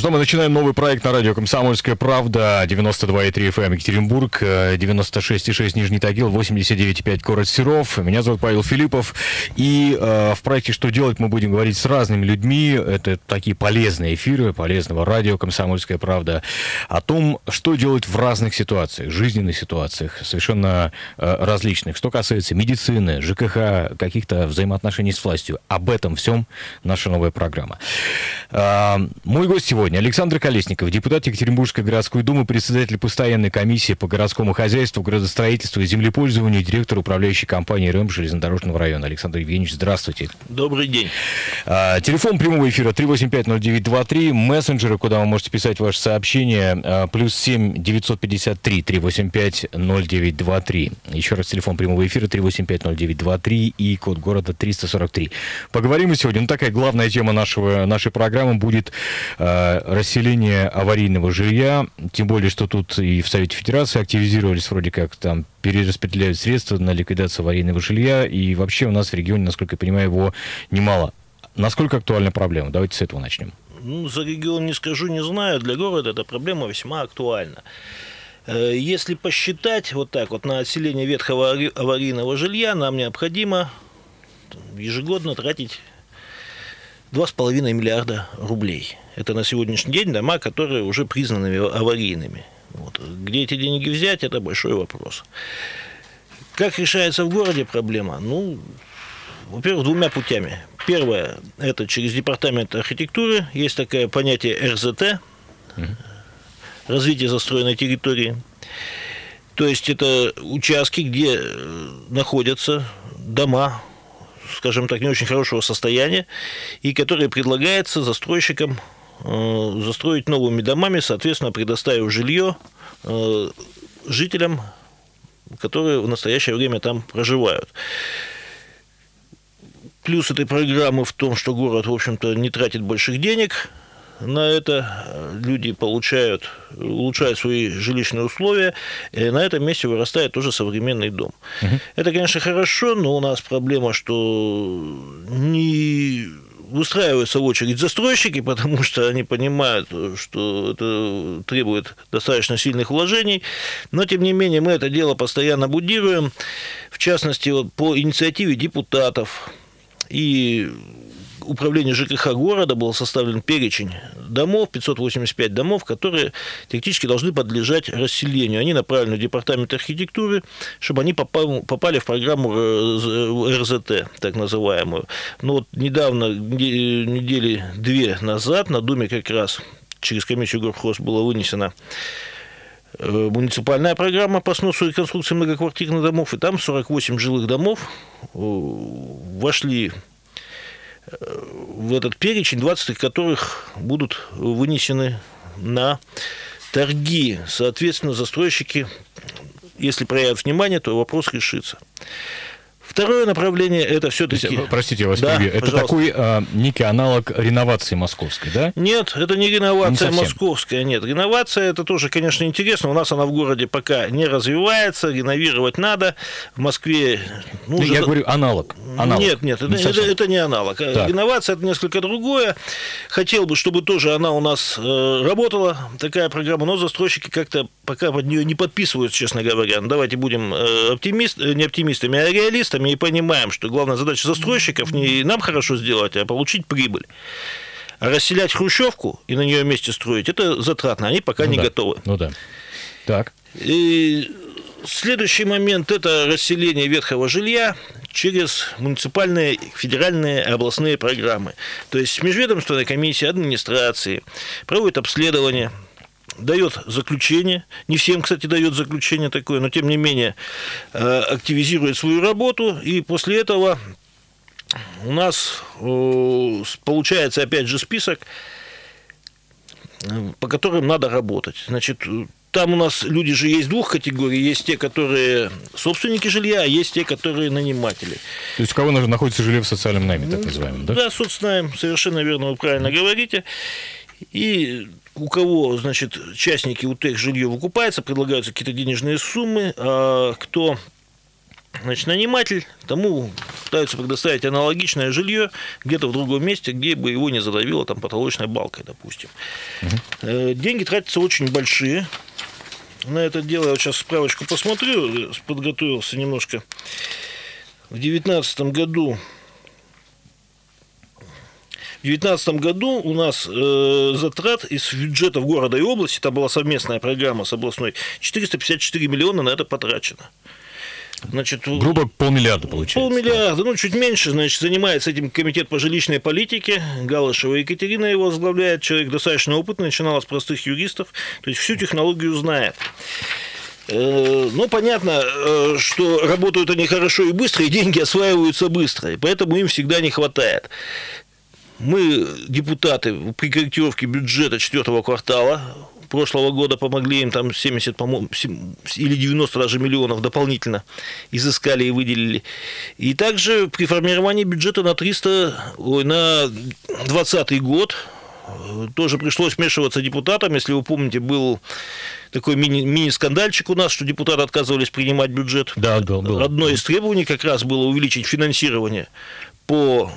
Друзья, мы начинаем новый проект на радио «Комсомольская правда». 92,3 FM Екатеринбург, 96,6 Нижний Тагил, 89,5 город Серов. Меня зовут Павел Филиппов. И в проекте «Что делать» мы будем говорить с разными людьми. Это такие полезные эфиры, полезного радио «Комсомольская правда». О том, что делать в разных ситуациях, жизненных ситуациях, совершенно различных. Что касается медицины, ЖКХ, каких-то взаимоотношений с властью. Об этом всем наша новая программа. Мой гость сегодня Александр Колесников, депутат Екатеринбургской городской думы, председатель постоянной комиссии по городскому хозяйству, градостроительству и землепользованию, директор управляющей компании РЭМ железнодорожного района. Александр Евгеньевич, здравствуйте. Добрый день. Телефон прямого эфира 3850923, мессенджеры, куда вы можете писать ваши сообщения, +7 953 385 0923. Еще раз телефон прямого эфира 3850923 и код города 343. Поговорим мы сегодня, такая главная тема нашей программы будет расселение аварийного жилья, тем более, что тут и в Совете Федерации активизировались, вроде как там перераспределяют средства на ликвидацию аварийного жилья, и вообще у нас в регионе, насколько я понимаю, его немало. Насколько актуальна проблема? Давайте с этого начнем. За регион не скажу, не знаю, для города эта проблема весьма актуальна. Если посчитать вот так вот на отселение ветхого аварийного жилья, нам необходимо ежегодно тратить 2,5 миллиарда рублей. Это на сегодняшний день дома, которые уже признаны аварийными. Вот. Где эти деньги взять, это большой вопрос. Как решается в городе проблема? Во-первых, двумя путями. Первое, это через департамент архитектуры. Есть такое понятие РЗТ, развитие застроенной территории. То есть это участки, где находятся дома, скажем так, не очень хорошего состояния, и которые предлагается застройщикам застроить новыми домами, соответственно, предоставив жилье жителям, которые в настоящее время там проживают. Плюс этой программы в том, что город, в общем-то, не тратит больших денег на это, люди улучшают свои жилищные условия, и на этом месте вырастает тоже современный дом. Это, конечно, хорошо, но у нас проблема, что не выстраиваются в очередь застройщики, потому что они понимают, что это требует достаточно сильных вложений, но, тем не менее, мы это дело постоянно будируем, в частности, по инициативе депутатов и управления ЖКХ города был составлен перечень домов, 585 домов, которые теоретически должны подлежать расселению. Они направлены в департамент архитектуры, чтобы они попали в программу РЗТ, так называемую. Но вот недавно, недели 2 назад, на Думе как раз через комиссию Горхоз была вынесена муниципальная программа по сносу и реконструкции многоквартирных домов, и там 48 жилых домов вошли в этот перечень, 20 из которых будут вынесены на торги. Соответственно, застройщики, если проявят внимание, то вопрос решится. Второе направление – это все-таки… Простите, я вас перебью. Это такой некий аналог реновации московской, да? Нет, это не реновация московская, нет. Реновация – это тоже, конечно, интересно. У нас она в городе пока не развивается, реновировать надо. В Москве… Я говорю аналог. Нет, это не аналог. Так. Реновация – это несколько другое. Хотел бы, чтобы тоже она у нас работала, такая программа, но застройщики как-то пока под нее не подписываются, честно говоря. Давайте будем не оптимистами, а реалистами. И понимаем, что главная задача застройщиков не нам хорошо сделать, а получить прибыль. А расселять хрущевку и на нее месте строить, это затратно, они пока не готовы. Так. И следующий момент – это расселение ветхого жилья через муниципальные, федеральные, областные программы. То есть межведомственная комиссия администрации проводит обследование, дает заключение, не всем, кстати, дает заключение такое, но тем не менее активизирует свою работу, и после этого у нас получается опять же список, по которым надо работать. Значит, там у нас люди же есть двух категорий, есть те, которые собственники жилья, а есть те, которые наниматели. То есть у кого находится жилье в социальном найме, так называемом, да? Да, соцнайм, совершенно верно, вы правильно говорите. И у кого, значит, частники УТЭК жилье выкупается, предлагаются какие-то денежные суммы, а кто, значит, наниматель, тому пытаются предоставить аналогичное жилье где-то в другом месте, где бы его не задавило там потолочной балкой, допустим. Деньги тратятся очень большие на это дело. Я вот сейчас справочку посмотрю, подготовился немножко. В 2019 году у нас затрат из бюджетов города и области, там была совместная программа с областной, 454 миллиона на это потрачено. Значит, грубо 500 миллиарда получается. 500 миллиарда, ну, чуть меньше, значит, занимается этим комитет по жилищной политике. Галышева Екатерина его возглавляет, человек достаточно опытный, начинала с простых юристов, то есть всю технологию знает. Ну, понятно, что работают они хорошо и быстро, и деньги осваиваются быстро, и поэтому им всегда не хватает. Мы, депутаты, при корректировке бюджета 4-го квартала прошлого года помогли им там 70, по-моему, или 90 даже миллионов дополнительно изыскали и выделили. И также при формировании бюджета на 2020 год тоже пришлось вмешиваться депутатам. Если вы помните, был такой мини-скандальчик у нас, что депутаты отказывались принимать бюджет. Да, был. Одно из требований как раз было увеличить финансирование по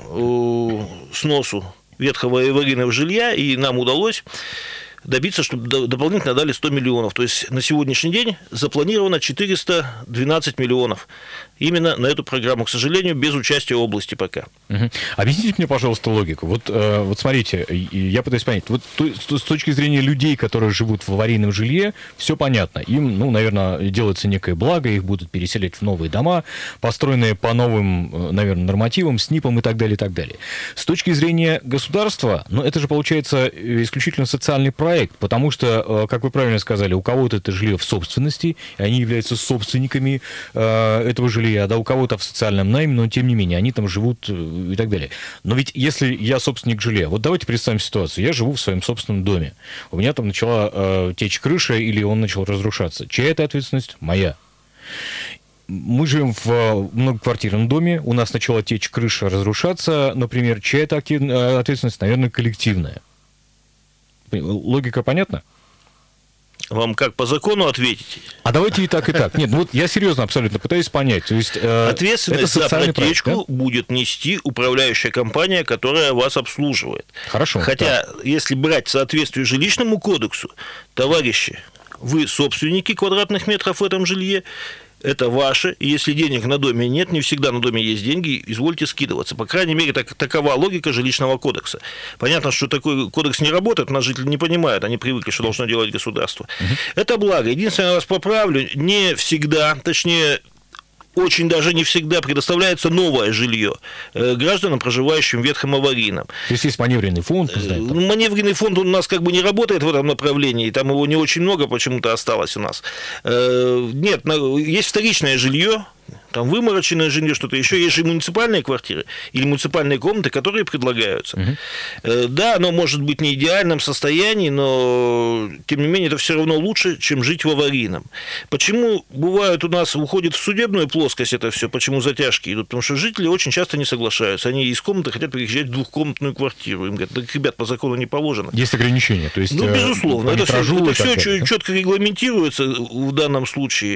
сносу ветхого и аварийного жилья, и нам удалось добиться, чтобы дополнительно дали 100 миллионов. То есть на сегодняшний день запланировано 412 миллионов именно на эту программу, к сожалению, без участия области пока. Объясните мне, пожалуйста, логику. Вот смотрите, я пытаюсь понять. Вот с точки зрения людей, которые живут в аварийном жилье, все понятно. Им, ну, наверное, делается некое благо, их будут переселять в новые дома, построенные по новым, наверное, нормативам, СНИПам и так далее, и так далее. С точки зрения государства, ну, это же получается исключительно социальный проект, потому что, как вы правильно сказали, у кого-то это жилье в собственности, и они являются собственниками этого жилья, да, у кого-то в социальном найме, но тем не менее, они там живут и так далее. Но ведь если я собственник жилья, вот давайте представим ситуацию, я живу в своем собственном доме, у меня там начала течь крыша или он начал разрушаться. Чья это ответственность? Моя. Мы живем в многоквартирном доме, у нас начала течь крыша, разрушаться, например, чья это ответственность? Наверное, коллективная. Логика понятна? Вам как по закону ответить? А давайте и так, и так. Нет, ну вот я серьезно абсолютно пытаюсь понять. То есть, ответственность за протечку проект, да? будет нести управляющая компания, которая вас обслуживает. Хорошо. Хотя, если брать в соответствии жилищному кодексу, товарищи, вы собственники квадратных метров в этом жилье, это ваше, и если денег на доме нет, не всегда на доме есть деньги, извольте скидываться. По крайней мере, такова логика жилищного кодекса. Понятно, что такой кодекс не работает, наши жители не понимают, они привыкли, что должно делать государство. Это благо. Единственное, я вас поправлю, не всегда, точнее, очень даже не всегда предоставляется новое жилье гражданам, проживающим в ветхом аварийном. То есть есть маневренный фонд? Маневренный фонд у нас как бы не работает в этом направлении, там его не очень много почему-то осталось у нас. Нет, есть вторичное жилье, там вымороченное жилье, что-то еще. Есть же муниципальные квартиры или муниципальные комнаты, которые предлагаются. Да, оно может быть не в идеальном состоянии, но, тем не менее, это все равно лучше, чем жить в аварийном. Почему бывает у нас уходит в судебную плоскость это все, почему затяжки идут? Потому что жители очень часто не соглашаются. Они из комнаты хотят переезжать в двухкомнатную квартиру. Им говорят, так, ребят, по закону не положено. Есть ограничения. То есть, ну, безусловно. Это все четко регламентируется в данном случае.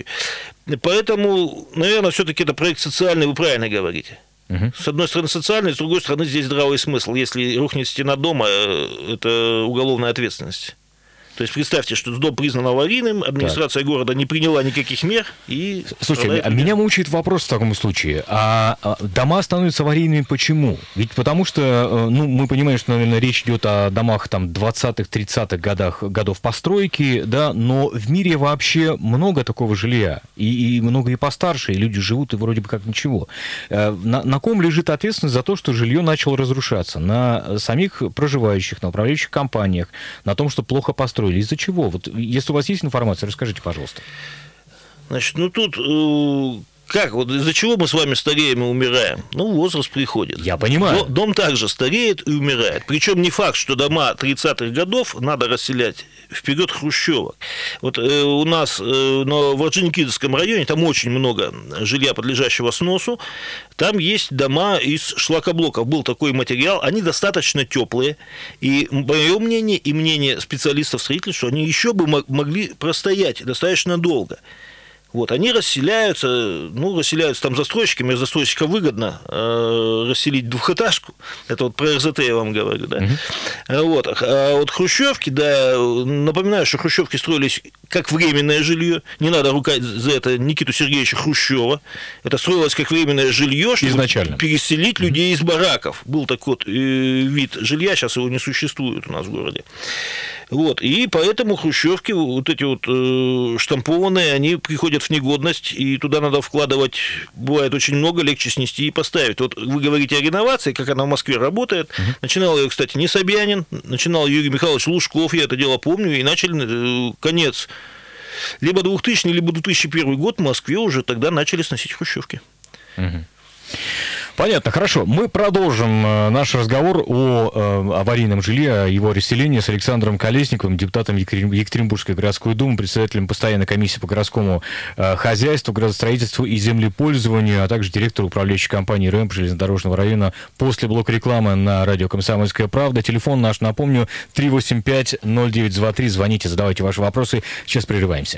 Поэтому, наверное, все-таки это проект социальный, вы правильно говорите. С одной стороны социальный, с другой стороны здесь здравый смысл. Если рухнет стена дома, это уголовная ответственность. То есть представьте, что дом признан аварийным, администрация города не приняла никаких мер. И слушайте, меня мучает вопрос в таком случае. А дома становятся аварийными почему? Ведь потому что, ну, мы понимаем, что, наверное, речь идет о домах там 20-х, 30-х годов постройки, да, но в мире вообще много такого жилья. И много и постарше, и люди живут, и вроде бы как ничего. На ком лежит ответственность за то, что жилье начало разрушаться? На самих проживающих, на управляющих компаниях, на том, что плохо построено. Из-за чего? Вот, если у вас есть информация, расскажите, пожалуйста. Значит, ну тут как? Вот из-за чего мы с вами стареем и умираем? Ну, возраст приходит. Я понимаю. Дом также стареет и умирает. Причем не факт, что дома 30-х годов надо расселять вперед хрущевок. Вот у нас в Орджоникидзевском районе там очень много жилья, подлежащего сносу. Там есть дома из шлакоблоков. Был такой материал. Они достаточно теплые. И мое мнение, и мнение специалистов-строителей, что они еще бы могли простоять достаточно долго. Вот, они расселяются там застройщиками, застройщика выгодно расселить двухэтажку, это вот про РЗТ я вам говорю, да. Вот, а вот хрущевки, да, напоминаю, что хрущевки строились как временное жилье, не надо ругать за это Никиту Сергеевича Хрущева, это строилось как временное жилье, чтобы изначально переселить людей из бараков. Был такой вот вид жилья, сейчас его не существует у нас в городе. Вот, и поэтому хрущевки, вот эти вот штампованные, они приходят в негодность, и туда надо вкладывать, бывает очень много, легче снести и поставить. Вот вы говорите о реновации, как она в Москве работает. Начинал ее, кстати, не Собянин, начинал Юрий Михайлович Лужков, я это дело помню, и начали конец либо 2000, либо 2001 год в Москве уже тогда начали сносить хрущевки. Понятно, хорошо. Мы продолжим наш разговор о аварийном жилье, о его расселении с Александром Колесниковым, депутатом Екатеринбургской городской думы, председателем постоянной комиссии по городскому хозяйству, градостроительству и землепользованию, а также директору управляющей компании РЭМП железнодорожного района. После блока рекламы на радио «Комсомольская правда». Телефон наш, напомню, 385-0923. Звоните, задавайте ваши вопросы. Сейчас прерываемся.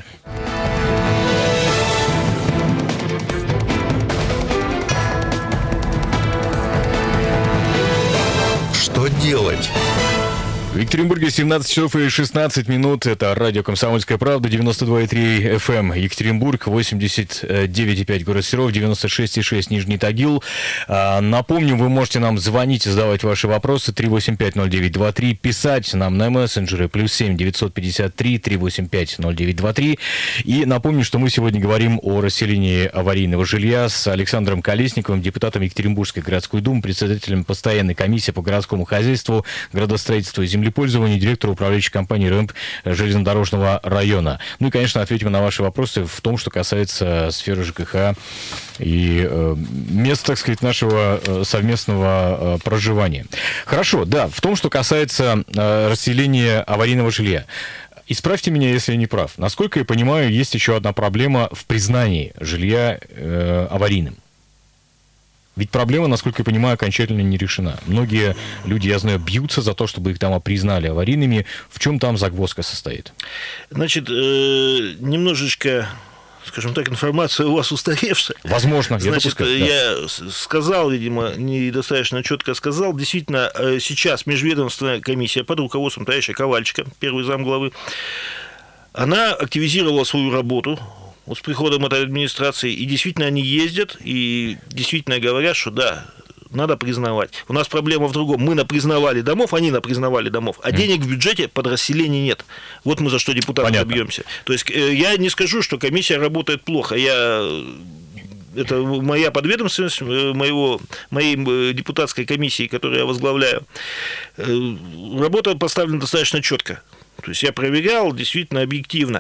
Что делать? В Екатеринбурге 17 часов и 16 минут. Это радио «Комсомольская правда», 92,3 FM Екатеринбург, 89,5 город Серов, 96,6 Нижний Тагил. Напомню, вы можете нам звонить и задавать ваши вопросы. 385-0923. Писать нам на мессенджеры +7 953 385 0923. И напомню, что мы сегодня говорим о расселении аварийного жилья с Александром Колесниковым, депутатом Екатеринбургской городской думы, председателем постоянной комиссии по городскому хозяйству, градостроительству и землепользованию, директору управляющей компании РЭМП железнодорожного района. Ну и, конечно, ответим на ваши вопросы в том, что касается сферы ЖКХ и мест, так сказать, нашего совместного проживания. Хорошо, да, в том, что касается расселения аварийного жилья. Исправьте меня, если я не прав. Насколько я понимаю, есть еще одна проблема в признании жилья аварийным. Ведь проблема, насколько я понимаю, окончательно не решена. Многие люди, я знаю, бьются за то, чтобы их дома признали аварийными. В чем там загвоздка состоит? Значит, немножечко, скажем так, информация у вас устаревшая. Возможно, значит, я сказал, видимо, недостаточно четко сказал. Действительно, сейчас межведомственная комиссия под руководством товарища Ковальчика, первый замглавы, она активизировала свою работу вот с приходом этой администрации, и действительно они ездят, и действительно говорят, что да, надо признавать. У нас проблема в другом. Мы напризнавали домов, они напризнавали домов, а денег в бюджете под расселение нет. Вот мы за что депутаты бьемся. То есть я не скажу, что комиссия работает плохо. Это моя подведомственность, моей депутатской комиссии, которую я возглавляю. Работа поставлена достаточно четко. То есть я проверял действительно объективно.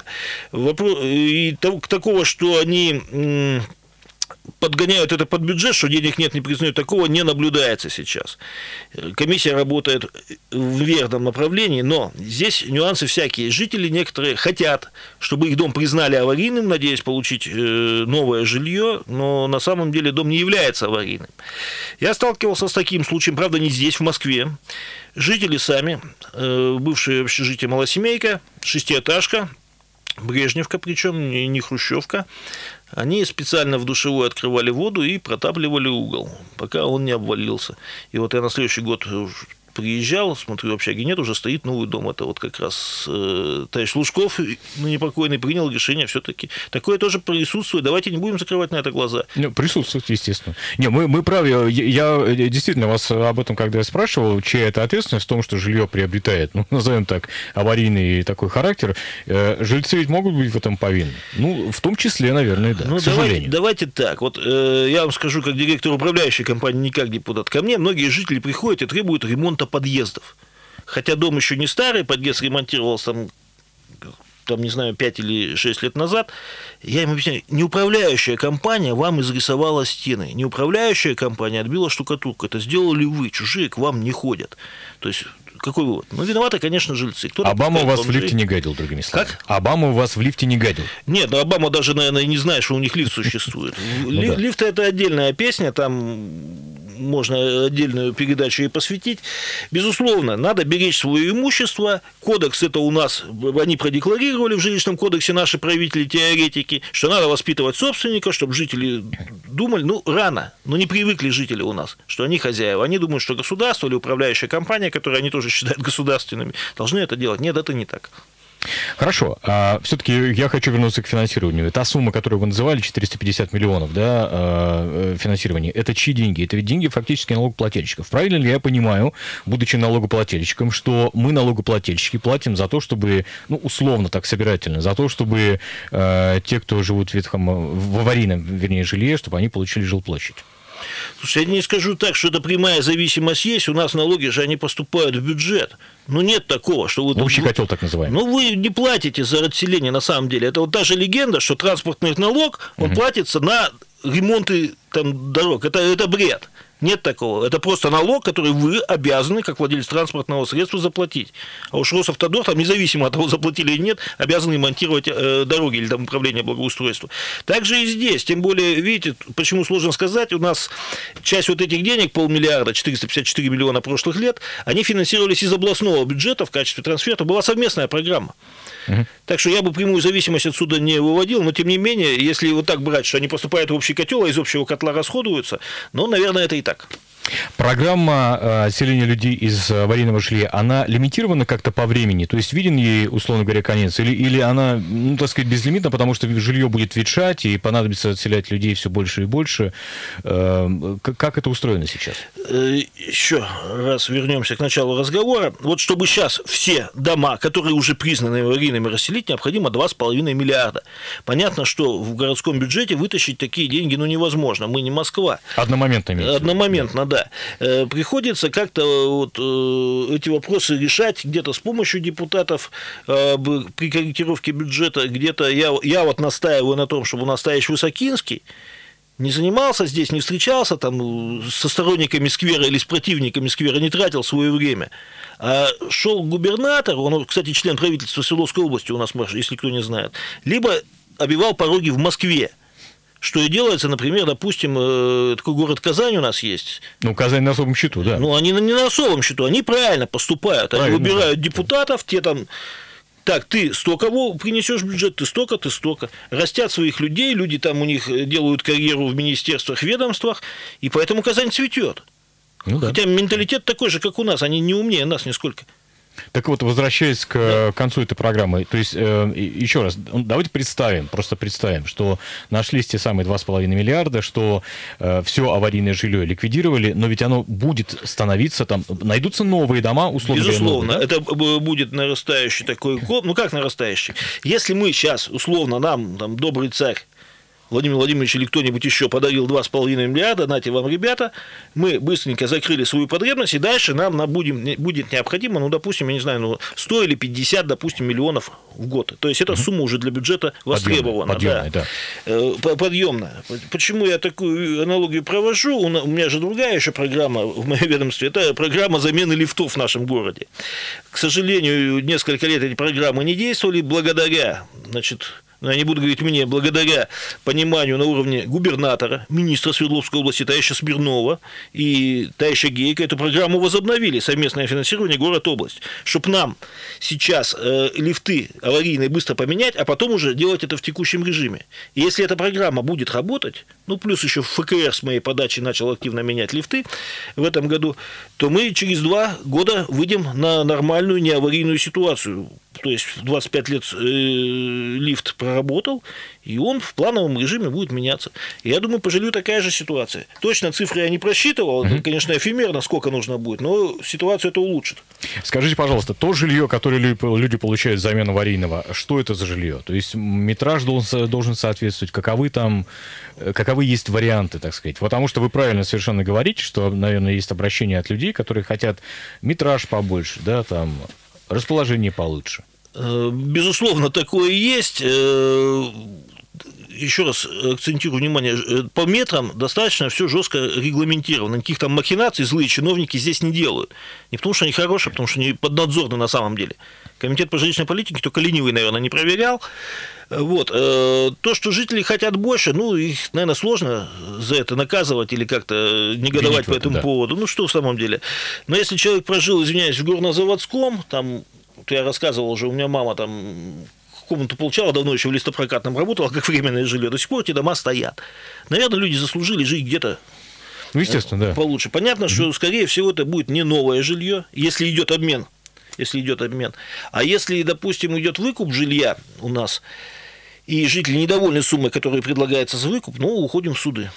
И такого, что они подгоняют это под бюджет, что денег нет, не признают, такого не наблюдается сейчас. Комиссия работает в верном направлении, но здесь нюансы всякие. Жители некоторые хотят, чтобы их дом признали аварийным, надеясь получить новое жилье, но на самом деле дом не является аварийным. Я сталкивался с таким случаем, правда, не здесь, в Москве. Жители сами, бывшее общежитие «Малосемейка», шестиэтажка, Брежневка, причем не хрущевка, они специально в душевой открывали воду и протапливали угол, пока он не обвалился. И вот я на следующий год приезжал, смотрю, в общаге нет, уже стоит новый дом. Это вот как раз товарищ Лужков, непокойный, принял решение все-таки. Такое тоже присутствует. Давайте не будем закрывать на это глаза. Присутствует, естественно. Не, мы правы. Я действительно вас об этом, когда я спрашивал, чья это ответственность в том, что жилье приобретает, назовем так, аварийный такой характер, жильцы ведь могут быть в этом повинны? В том числе, наверное, да, к сожалению. Давайте так. Вот я вам скажу, как директор управляющей компании, не как депутат. Ко мне многие жители приходят и требуют ремонта подъездов. Хотя дом еще не старый, подъезд ремонтировался там, не знаю, 5 или 6 лет назад. Я им объясняю, не управляющая компания вам изрисовала стены, не управляющая компания отбила штукатурку. Это сделали вы, чужие к вам не ходят. То есть, какой вывод? Виноваты, конечно, жильцы. Обама у вас в лифте не гадил, другими словами. Как? Обама у вас в лифте не гадил. Нет, Обама даже, наверное, не знает, что у них лифт существует. Лифт – это отдельная песня, там можно отдельную передачу и посвятить. Безусловно, надо беречь свое имущество. Кодекс это у нас, они продекларировали в жилищном кодексе наши правители-теоретики, что надо воспитывать собственников, чтобы жители думали, рано, не привыкли жители у нас, что они хозяева. Они думают, что государство или управляющая компания, которую они тоже считают государственными, должны это делать. Нет, это не так. Хорошо. Все-таки я хочу вернуться к финансированию. Та сумма, которую вы называли, 450 миллионов, да, финансирования, это чьи деньги? Это ведь деньги фактически налогоплательщиков. Правильно ли я понимаю, будучи налогоплательщиком, что мы, налогоплательщики, платим за то, чтобы, условно так собирательно, за то, чтобы те, кто живут в аварийном, жилье, чтобы они получили жилплощадь? Слушай, я не скажу так, что это прямая зависимость есть. У нас налоги же, они поступают в бюджет. Нет такого, что вы... Общий котел, так называемый. Вы не платите за расселение, на самом деле. Это вот та же легенда, что транспортный налог, он платится на ремонты дорог. Это бред. Нет такого. Это просто налог, который вы обязаны, как владелец транспортного средства, заплатить. А уж Росавтодор, независимо от того, заплатили или нет, обязаны ремонтировать дороги или управление благоустройства. Так же и здесь. Тем более, видите, почему сложно сказать, у нас часть вот этих денег, 500 миллиарда, 454 миллиона прошлых лет, они финансировались из областного бюджета в качестве трансферта. Была совместная программа. Так что я бы прямую зависимость отсюда не выводил, но тем не менее, если вот так брать, что они поступают в общий котел, а из общего котла расходуются, наверное, это и так. Программа отселения людей из аварийного жилья, она лимитирована как-то по времени? То есть виден ей, условно говоря, конец? Или она, безлимитна, потому что жилье будет ветшать, и понадобится отселять людей все больше и больше? Как это устроено сейчас? Еще раз вернемся к началу разговора. Вот чтобы сейчас все дома, которые уже признаны аварийными, расселить, необходимо 2,5 миллиарда. Понятно, что в городском бюджете вытащить такие деньги невозможно. Мы не Москва. Одномоментно имеется. Одномоментно, да. Приходится как-то эти вопросы решать где-то с помощью депутатов при корректировке бюджета, где-то я настаиваю на том, чтобы у нас товарищ Высокинский не занимался здесь, не встречался со сторонниками сквера или с противниками сквера, не тратил свое время, а шел губернатор, он, кстати, член правительства Свердловской области у нас, если кто не знает, либо обивал пороги в Москве. Что и делается, например, допустим, такой город Казань у нас есть. Казань на особом счету, да. Они не на особом счету, они правильно поступают. Они выбирают депутатов, те ты столько принесешь в бюджет, ты столько. Растят своих людей, люди у них делают карьеру в министерствах, ведомствах, и поэтому Казань цветет. Хотя менталитет такой же, как у нас, они не умнее нас нисколько. Так вот, возвращаясь к концу этой программы, то есть, еще раз, давайте представим, что нашлись те самые 2,5 миллиарда, что все аварийное жилье ликвидировали, но ведь оно будет становиться, найдутся новые дома, условно говоря. Безусловно, новые, да? Это будет нарастающий такой, как нарастающий? Если мы сейчас, условно, нам добрый царь Владимир Владимирович или кто-нибудь еще подарил 2,5 миллиарда, нате вам, ребята, мы быстренько закрыли свою потребность, и дальше нам будет необходимо, допустим, 100 или 50, допустим, миллионов в год. То есть, эта сумма уже для бюджета востребована. Подъемная. Почему я такую аналогию провожу? У меня же другая еще программа в моем ведомстве. Это программа замены лифтов в нашем городе. К сожалению, несколько лет эти программы не действовали благодаря, я не буду говорить благодаря пониманию на уровне губернатора, министра Свердловской области товарища Смирнова и товарища Гейка эту программу возобновили, совместное финансирование город-область, чтобы нам сейчас лифты аварийные быстро поменять, а потом уже делать это в текущем режиме. И если эта программа будет работать, плюс еще ФКР с моей подачи начал активно менять лифты в этом году, то мы через 2 года выйдем на нормальную неаварийную ситуацию. То есть в 25 лет лифт проработал, и он в плановом режиме будет меняться. И я думаю, по жилью такая же ситуация. Точно цифры я не просчитывал, это, конечно, эфемерно, сколько нужно будет, но ситуацию это улучшит. Скажите, пожалуйста, то жилье, которое люди получают взамен аварийного, что это за жилье? То есть метраж должен соответствовать, каковы есть варианты, так сказать? Потому что вы правильно совершенно говорите, что, наверное, есть обращение от людей, которые хотят метраж побольше, расположение получше. Безусловно, такое есть. еще раз акцентирую внимание, по метрам достаточно все жестко регламентировано. Никаких там махинаций злые чиновники здесь не делают. Не потому, что они хорошие, а потому, что они поднадзорны на самом деле. Комитет по жилищной политике только ленивый, наверное, не проверял. Вот. То, что жители хотят больше, их, наверное, сложно за это наказывать или как-то негодовать по этому поводу. Ну, что в самом деле. Но если человек прожил, извиняюсь, в Горнозаводском, там, я рассказывал уже, у меня мама там комнату получала, давно еще в листопрокатном работала, как временное жилье, до сих пор эти дома стоят. Наверное, люди заслужили жить где-то естественно, получше. Понятно, что, скорее всего, это будет не новое жилье, если идет обмен. А если, допустим, идет выкуп жилья у нас, и жители недовольны суммой, которая предлагается за выкуп, уходим в суды.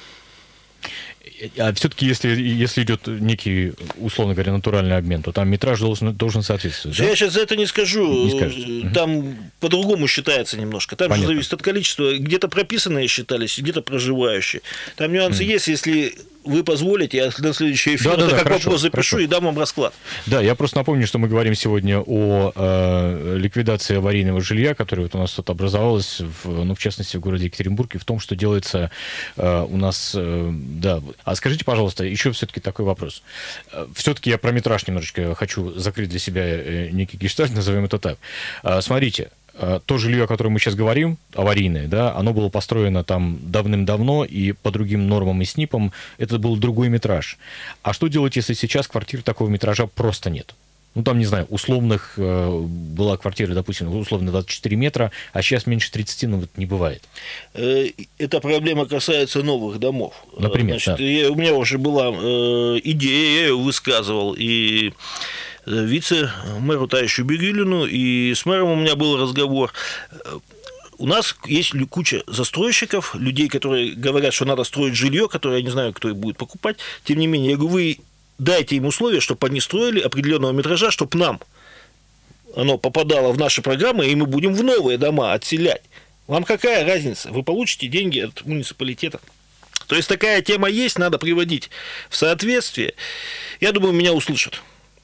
А все-таки, если идет некий, условно говоря, натуральный обмен, то там метраж должен соответствовать. Я сейчас за это не скажу. Там по-другому считается немножко. Там же зависит от количества. Где-то прописанные считались, где-то проживающие. Там нюансы есть, если вы позволите, я на следующий эфир вопрос запишу и дам вам расклад. Да, я просто напомню, что мы говорим сегодня о ликвидации аварийного жилья, которое у нас тут образовалось, в частности, в городе Екатеринбурге, в том, что делается у нас... А скажите, пожалуйста, еще все-таки такой вопрос. Все-таки я про метраж немножечко хочу закрыть для себя некий гештальт, назовем это так. Смотрите, то жилье, о котором мы сейчас говорим, аварийное, оно было построено там давным-давно, и по другим нормам и СНИПам это был другой метраж. А что делать, если сейчас квартир такого метража просто нет? Там, не знаю, условных была квартира, допустим, условно 24 метра, а сейчас меньше 30, не бывает. Эта проблема касается новых домов. Например, у меня уже была идея, я ее высказывал, и вице-мэру Таищу Бегилину, и с мэром у меня был разговор. У нас есть куча застройщиков, людей, которые говорят, что надо строить жилье, которое я не знаю, кто их будет покупать. Тем не менее, я говорю, вы дайте им условия, чтобы они строили определенного метража, чтобы нам оно попадало в наши программы, и мы будем в новые дома отселять. Вам какая разница? Вы получите деньги от муниципалитета. То есть такая тема есть, надо приводить в соответствие. Я думаю, меня услышат.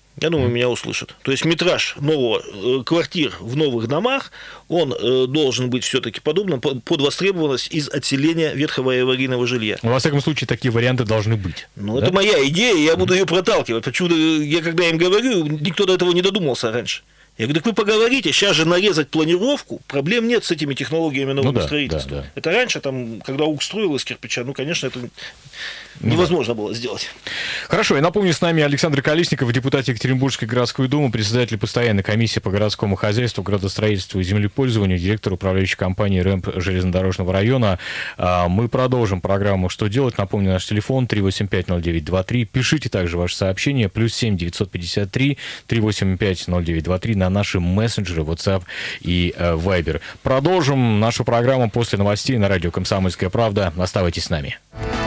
То есть метраж квартир в новых домах, он должен быть все-таки подобным под востребованность из отселения ветхого и аварийного жилья. Во всяком случае, такие варианты должны быть. Это моя идея, я буду ее проталкивать. Почему-то я, когда им говорю, никто до этого не додумался раньше. Я говорю, так вы поговорите, сейчас же нарезать планировку, проблем нет с этими технологиями нового строительства. Это раньше, когда УК строил из кирпича, конечно, это невозможно было сделать. Хорошо, я напомню, с нами Александр Колесников, депутат Екатеринбургской городской думы, председатель постоянной комиссии по городскому хозяйству, градостроительству и землепользованию, директор управляющей компании РЭМП железнодорожного района. Мы продолжим программу «Что делать?». Напомню, наш телефон 3850923. Пишите также ваши сообщения, +7 953 385 0923 на наши мессенджеры WhatsApp и Viber. Продолжим нашу программу после новостей на радио «Комсомольская правда». Оставайтесь с нами.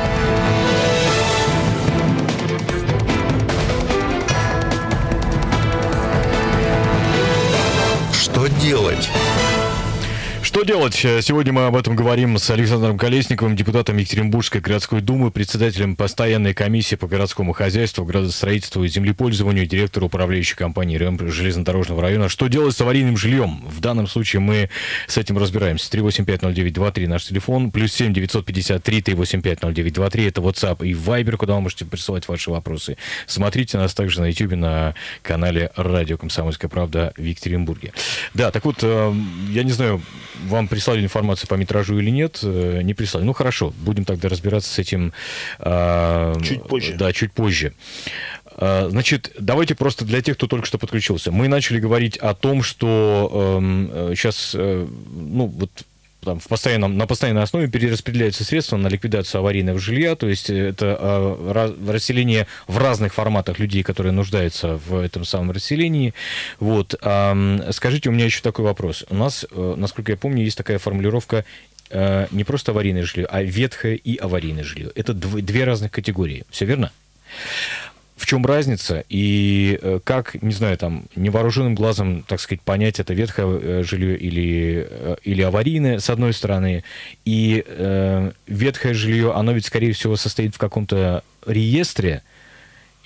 Что делать? Что делать? Сегодня мы об этом говорим с Александром Колесниковым, депутатом Екатеринбургской городской думы, председателем постоянной комиссии по городскому хозяйству, градостроительству и землепользованию, директору управляющей компании РЭМП железнодорожного района. Что делать с аварийным жильем? В данном случае мы с этим разбираемся. 3850923 наш телефон, +7 953 385 0923 это WhatsApp и Viber, куда вы можете присылать ваши вопросы. Смотрите нас также на YouTube, на канале радио «Комсомольская правда» в Екатеринбурге. Да, так вот, я не знаю, вам прислали информацию по метражу или нет? Не прислали. Хорошо, будем тогда разбираться с этим чуть позже. Да, чуть позже. Значит, давайте просто для тех, кто только что подключился. Мы начали говорить о том, что сейчас, на постоянной основе перераспределяются средства на ликвидацию аварийного жилья, то есть это расселение в разных форматах людей, которые нуждаются в этом самом расселении. Скажите, у меня еще такой вопрос. У нас, насколько я помню, есть такая формулировка не просто аварийное жилье, а ветхое и аварийное жилье. Это две разных категории. Все верно? В чем разница и как, не знаю, невооруженным глазом, так сказать, понять, это ветхое жилье или аварийное, с одной стороны, и ветхое жилье, оно ведь, скорее всего, состоит в каком-то реестре,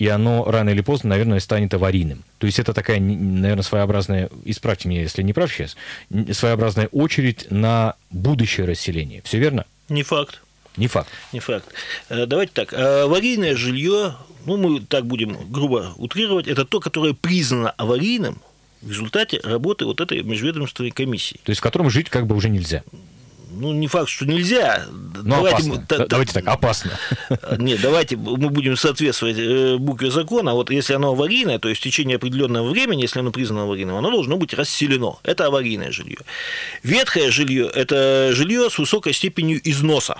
и оно рано или поздно, наверное, станет аварийным. То есть это такая, наверное, своеобразная, исправьте меня, если не прав сейчас, своеобразная очередь на будущее расселение. Все верно? Не факт. Не факт. Не факт. Давайте так. Аварийное жилье, мы так будем грубо утрировать, это то, которое признано аварийным в результате работы вот этой межведомственной комиссии. То есть в котором жить как бы уже нельзя. Не факт, что нельзя. Но опасно. Давайте так, опасно. Нет, давайте мы будем соответствовать букве закона. Вот если оно аварийное, то есть в течение определенного времени, если оно признано аварийным, оно должно быть расселено. Это аварийное жилье. Ветхое жилье – это жилье с высокой степенью износа.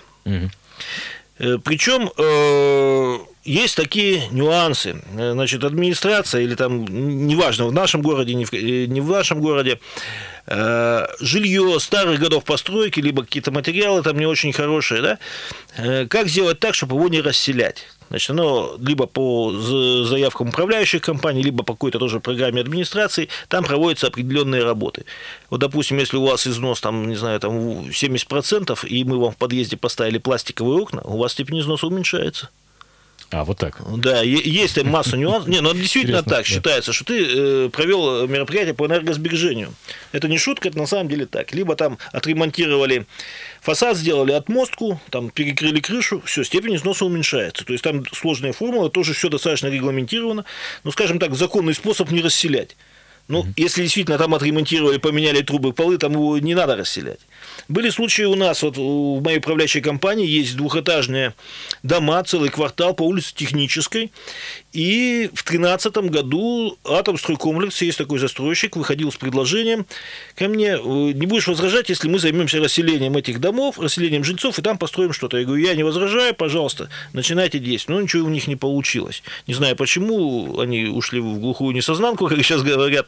Причем есть такие нюансы. Значит, администрация или там, неважно, в нашем городе, не в нашем городе, жилье старых годов постройки, либо какие-то материалы там не очень хорошие, да? Как сделать так, чтобы его не расселять? Значит, оно либо по заявкам управляющих компаний, либо по какой-то тоже программе администрации, там проводятся определенные работы. Вот, допустим, если у вас износ, там, не знаю, там 70%, и мы вам в подъезде поставили пластиковые окна, у вас степень износа уменьшается. А, вот так. Да, есть там масса нюансов. Это действительно интересно, так считается, что ты провел мероприятие по энергосбережению. Это не шутка, это на самом деле так. Либо там отремонтировали фасад, сделали отмостку, там перекрыли крышу, все, степень износа уменьшается. То есть там сложная формула, тоже все достаточно регламентировано. Но, скажем так, законный способ не расселять. Если действительно там отремонтировали, поменяли трубы, полы, там его не надо расселять. Были случаи у нас, вот в моей управляющей компании есть двухэтажные дома, целый квартал по улице Технической, и в 2013 году Атомстройкомплекс, есть такой застройщик, выходил с предложением ко мне: не будешь возражать, если мы займемся расселением этих домов, расселением жильцов, и там построим что-то. Я говорю, я не возражаю, пожалуйста, начинайте действовать. Но ничего у них не получилось. Не знаю почему, они ушли в глухую несознанку, как сейчас говорят.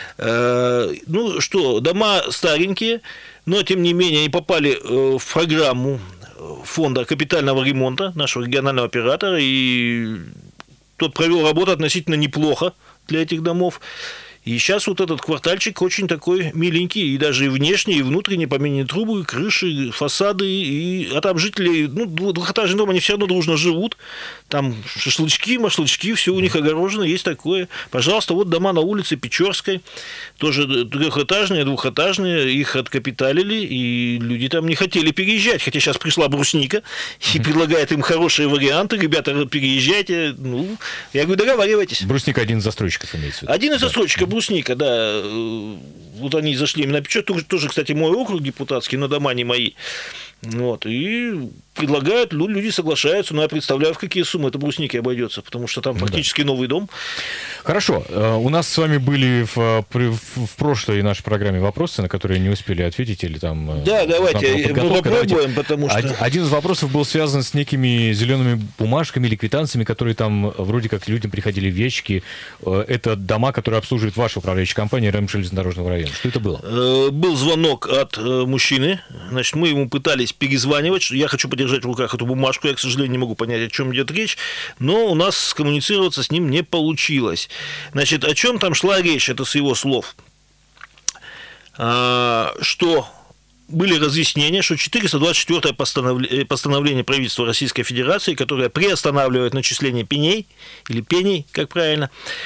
Дома старенькие, но, тем не менее, они попали в программу фонда капитального ремонта нашего регионального оператора, и тот провел работу относительно неплохо для этих домов. И сейчас вот этот квартальчик очень такой миленький, и даже и внешне, и внутренне поменены трубы, крыши, фасады, а там жители, двухэтажный дом, они все равно дружно живут, там шашлычки, машлычки, все у них огорожено, есть такое. Пожалуйста, вот дома на улице Печорской, тоже трехэтажные, двухэтажные, их откапиталили, и люди там не хотели переезжать, хотя сейчас пришла брусника и предлагает им хорошие варианты: ребята, переезжайте. Я говорю, договаривайтесь. Брусника один из застройщиков имеется в виду. Один из застройщиков, брусника, да. Вот они зашли именно на Печорку, тоже, кстати, мой округ депутатский, но дома не мои. И предлагают, люди соглашаются, но я представляю, в какие суммы это брусники обойдется, потому что там практически новый дом. Хорошо. У нас с вами были в прошлой нашей программе вопросы, на которые не успели ответить, или там... Да, давайте попробуем, потому что... Один из вопросов был связан с некими зелеными бумажками или квитанциями, которые там вроде как людям приходили в ящики. Это дома, которые обслуживает ваша управляющая компания РЭМ железнодорожного района. Что это было? Был звонок от мужчины. Значит, мы ему пытались перезванивать. Я хочу подержать в руках эту бумажку. Я, к сожалению, не могу понять, о чем идет речь. Но у нас скоммуницироваться с ним не получилось. Значит, о чем там шла речь? Это с его слов. Что были разъяснения, что 424-е постановление правительства Российской Федерации, которое приостанавливает начисление пеней, или пений, как правильно,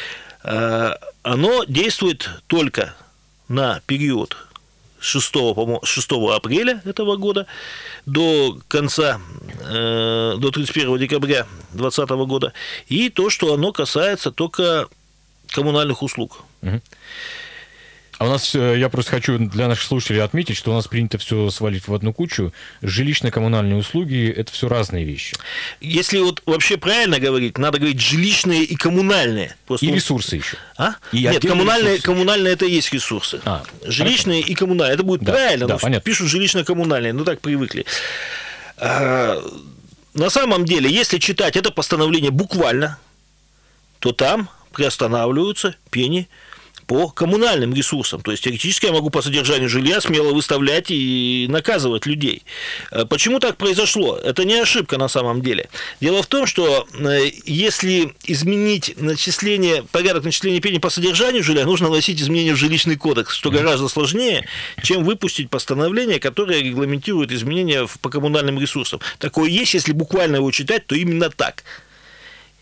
оно действует только на период 6 апреля этого года до 31 декабря 2020 года, и то, что оно касается только коммунальных услуг. А у нас, я просто хочу для наших слушателей отметить, что у нас принято все свалить в одну кучу. Жилищно-коммунальные услуги – это все разные вещи. Если вот вообще правильно говорить, надо говорить жилищные и коммунальные. Просто... И ресурсы еще. Нет, коммунальные это и есть ресурсы. Жилищные и коммунальные. Это будет правильно, но пишут жилищно-коммунальные, так привыкли. На самом деле, если читать это постановление буквально, то там приостанавливаются пени по коммунальным ресурсам. То есть, теоретически я могу по содержанию жилья смело выставлять и наказывать людей. Почему так произошло? Это не ошибка на самом деле. Дело в том, что если изменить порядок начисления пени по содержанию жилья, нужно вносить изменения в жилищный кодекс, что гораздо сложнее, чем выпустить постановление, которое регламентирует изменения по коммунальным ресурсам. Такое есть, если буквально его читать, то именно так.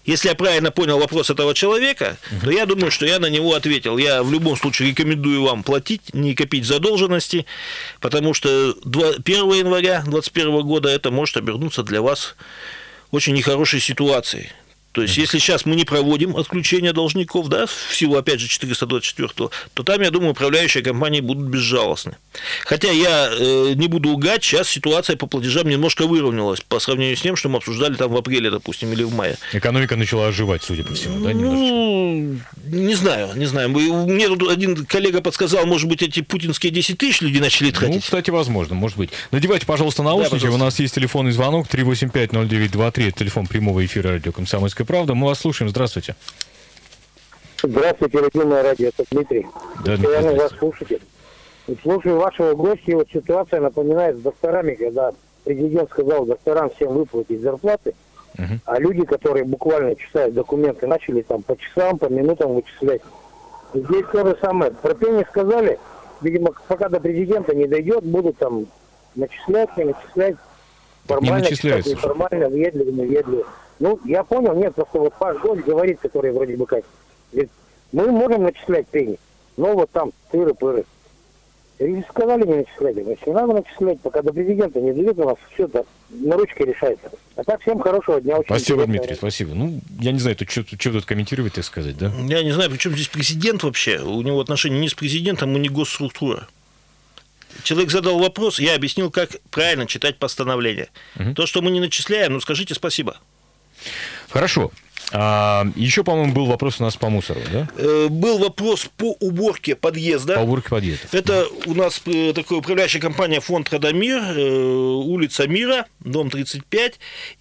Если я правильно понял вопрос этого человека, то я думаю, что я на него ответил. Я в любом случае рекомендую вам платить, не копить задолженности, потому что 1 января 2021 года это может обернуться для вас очень нехорошей ситуацией. То есть, если сейчас мы не проводим отключение должников, да, в силу, опять же, 424, то там, я думаю, управляющие компании будут безжалостны. Хотя я не буду лгать, сейчас ситуация по платежам немножко выровнялась по сравнению с тем, что мы обсуждали там в апреле, допустим, или в мае. Экономика начала оживать, судя по всему, да, немножечко? Не знаю. Мне тут один коллега подсказал, может быть, эти путинские 10 тысяч люди начали тратить. Ну, кстати, возможно, может быть. Надевайте, пожалуйста, наушники. Да, пожалуйста. У нас есть телефонный звонок 385-0923, это телефон прямого эфира радио «Комсомольская правда». Мы вас слушаем. Здравствуйте. Здравствуйте, любимое радио, это Дмитрий. Да, постоянно вас слушайте. И слушаю вашего гостя, вот ситуация напоминает с докторами, когда президент сказал докторам всем выплатить зарплаты, а люди, которые буквально читают документы, начали там по часам, по минутам вычислять. И здесь то же самое. Про пени сказали, видимо, пока до президента не дойдет, будут там начислять, не начислять. Формально, не начисляются. Неформально, въедливо, невъедливо. Ну, я понял, нет, просто вот Паш Голь говорит, который вроде бы как, говорит, мы можем начислять пени, но вот там тыры-пыры. И сказали не начислять, значит, не надо начислять, пока до президента не дойдет, у нас все это на ручке решается. А так, всем хорошего дня. Очень спасибо, Дмитрий, спасибо. Ну, я не знаю, что тут комментировать, так сказать, да? Я не знаю, причем здесь президент вообще, у него отношения не с президентом, не госструктура. Человек задал вопрос, я объяснил, как правильно читать постановление. То, что мы не начисляем, ну, скажите спасибо. Хорошо. Еще, по-моему, был вопрос у нас по мусору, да? Был вопрос по уборке подъезда. По уборке подъезда. Это у нас такая управляющая компания «Фонд Радомир», улица Мира, дом 35.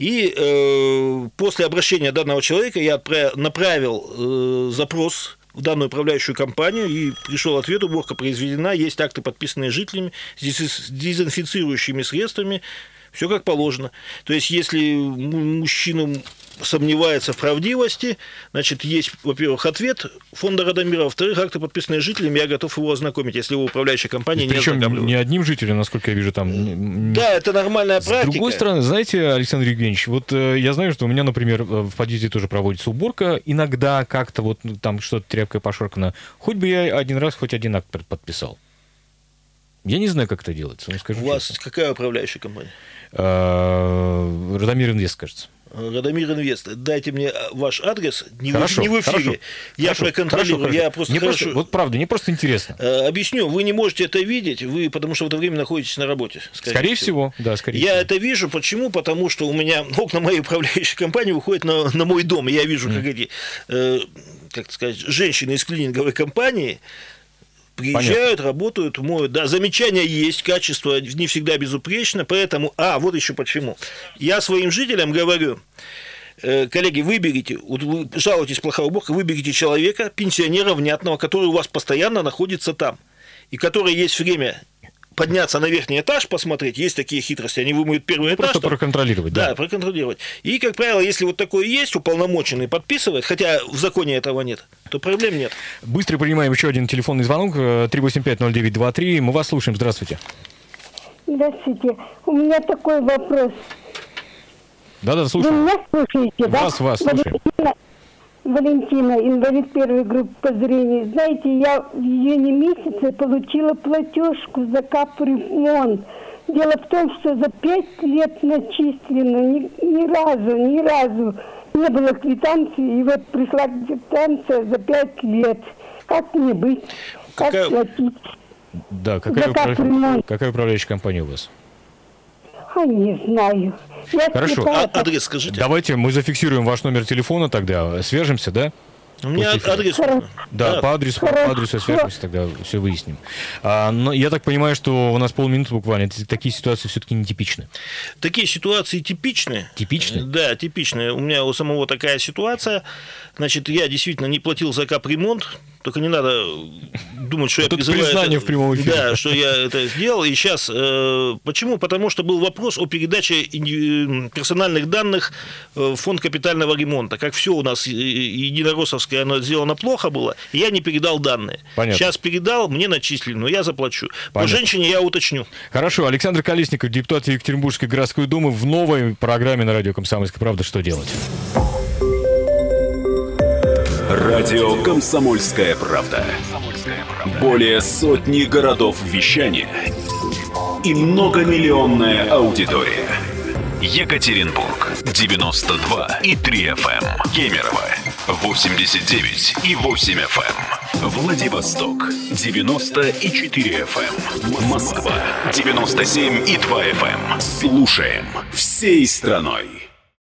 И после обращения данного человека я направил запрос в данную управляющую компанию, и пришел ответ: уборка произведена, есть акты, подписанные жителями, с дезинфицирующими средствами, все как положено. То есть, если мужчина сомневается в правдивости, значит, есть, во-первых, ответ фонда Радомира, во-вторых, акты, подписанные жителями, я готов его ознакомить, если его управляющая компания не ознакомливает. Причем не одним жителем, насколько я вижу, там... Да, это нормальная практика. С другой стороны, знаете, Александр Евгеньевич, вот я знаю, что у меня, например, в подъезде тоже проводится уборка, иногда как-то вот там что-то тряпкой пошоркано, хоть бы я один раз хоть один акт подписал. Я не знаю, как это делается. У вас какая управляющая компания? Радомир Инвест, кажется. Радомир Инвест, дайте мне ваш адрес, не в эфире, хорошо, я проконтролирую, хорошо. Я просто просто, вот правда, мне просто интересно. Объясню, вы не можете это видеть, потому что в это время находитесь на работе. Скорее всего, да, скорее всего. Я это вижу, почему? Потому что у меня окна моей управляющей компании выходят на мой дом, и я вижу, как эти, как сказать, женщины из клининговой компании приезжают, понятно, работают, моют. Да, замечания есть, качество не всегда безупречно, поэтому... вот еще почему. Я своим жителям говорю: коллеги, выберите, вот вы жалуетесь, плохая уборка, выберите человека, пенсионера внятного, который у вас постоянно находится там, и который есть время подняться на верхний этаж, посмотреть, есть такие хитрости, они вымоют первый этаж. Просто проконтролировать. Да, проконтролировать. И, как правило, если вот такое есть, уполномоченный подписывает, хотя в законе этого нет, то проблем нет. Быстро принимаем еще один телефонный звонок, 385-0923, мы вас слушаем, здравствуйте. Здравствуйте, у меня такой вопрос. Да, слушаем. Вы меня слушаете, да? Вас слушаем. Валентина, инвалид первой группы по зрению. Знаете, я в июне месяце получила платежку за капремонт. Дело в том, что за 5 лет начислено, ни разу не было квитанции, и вот пришла квитанция за 5 лет. Как мне быть? Как платить? Да, какая управляющая компания у вас? Не знаю. Хорошо. Адрес скажите. Давайте мы зафиксируем ваш номер телефона тогда, свяжемся, да? У меня адрес. Да, по адресу свяжемся, тогда все выясним. Но я так понимаю, что у нас полминуты буквально. Такие ситуации все-таки нетипичны. Такие ситуации типичны. Типичны? Да, типичные. У меня у самого такая ситуация. Значит, я действительно не платил за капремонт. Только не надо думать, что вот я призываю... признание в прямом эфире. Да, что я это сделал. И сейчас... Почему? Потому что был вопрос о передаче персональных данных в фонд капитального ремонта. Как все у нас единороссовское, оно сделано плохо было, и я не передал данные. Понятно. Сейчас передал, мне начислили, но я заплачу. Понятно. По женщине я уточню. Хорошо. Александр Колесников, депутат Екатеринбургской городской думы, в новой программе на радио «Комсомольская правда». Что делать? Радио «Комсомольская правда». Более сотни городов вещания и многомиллионная аудитория. Екатеринбург 92,3 FM. Кемерово 89,8 FM. Владивосток 90,4 FM. Москва 97,2 FM. Слушаем всей страной.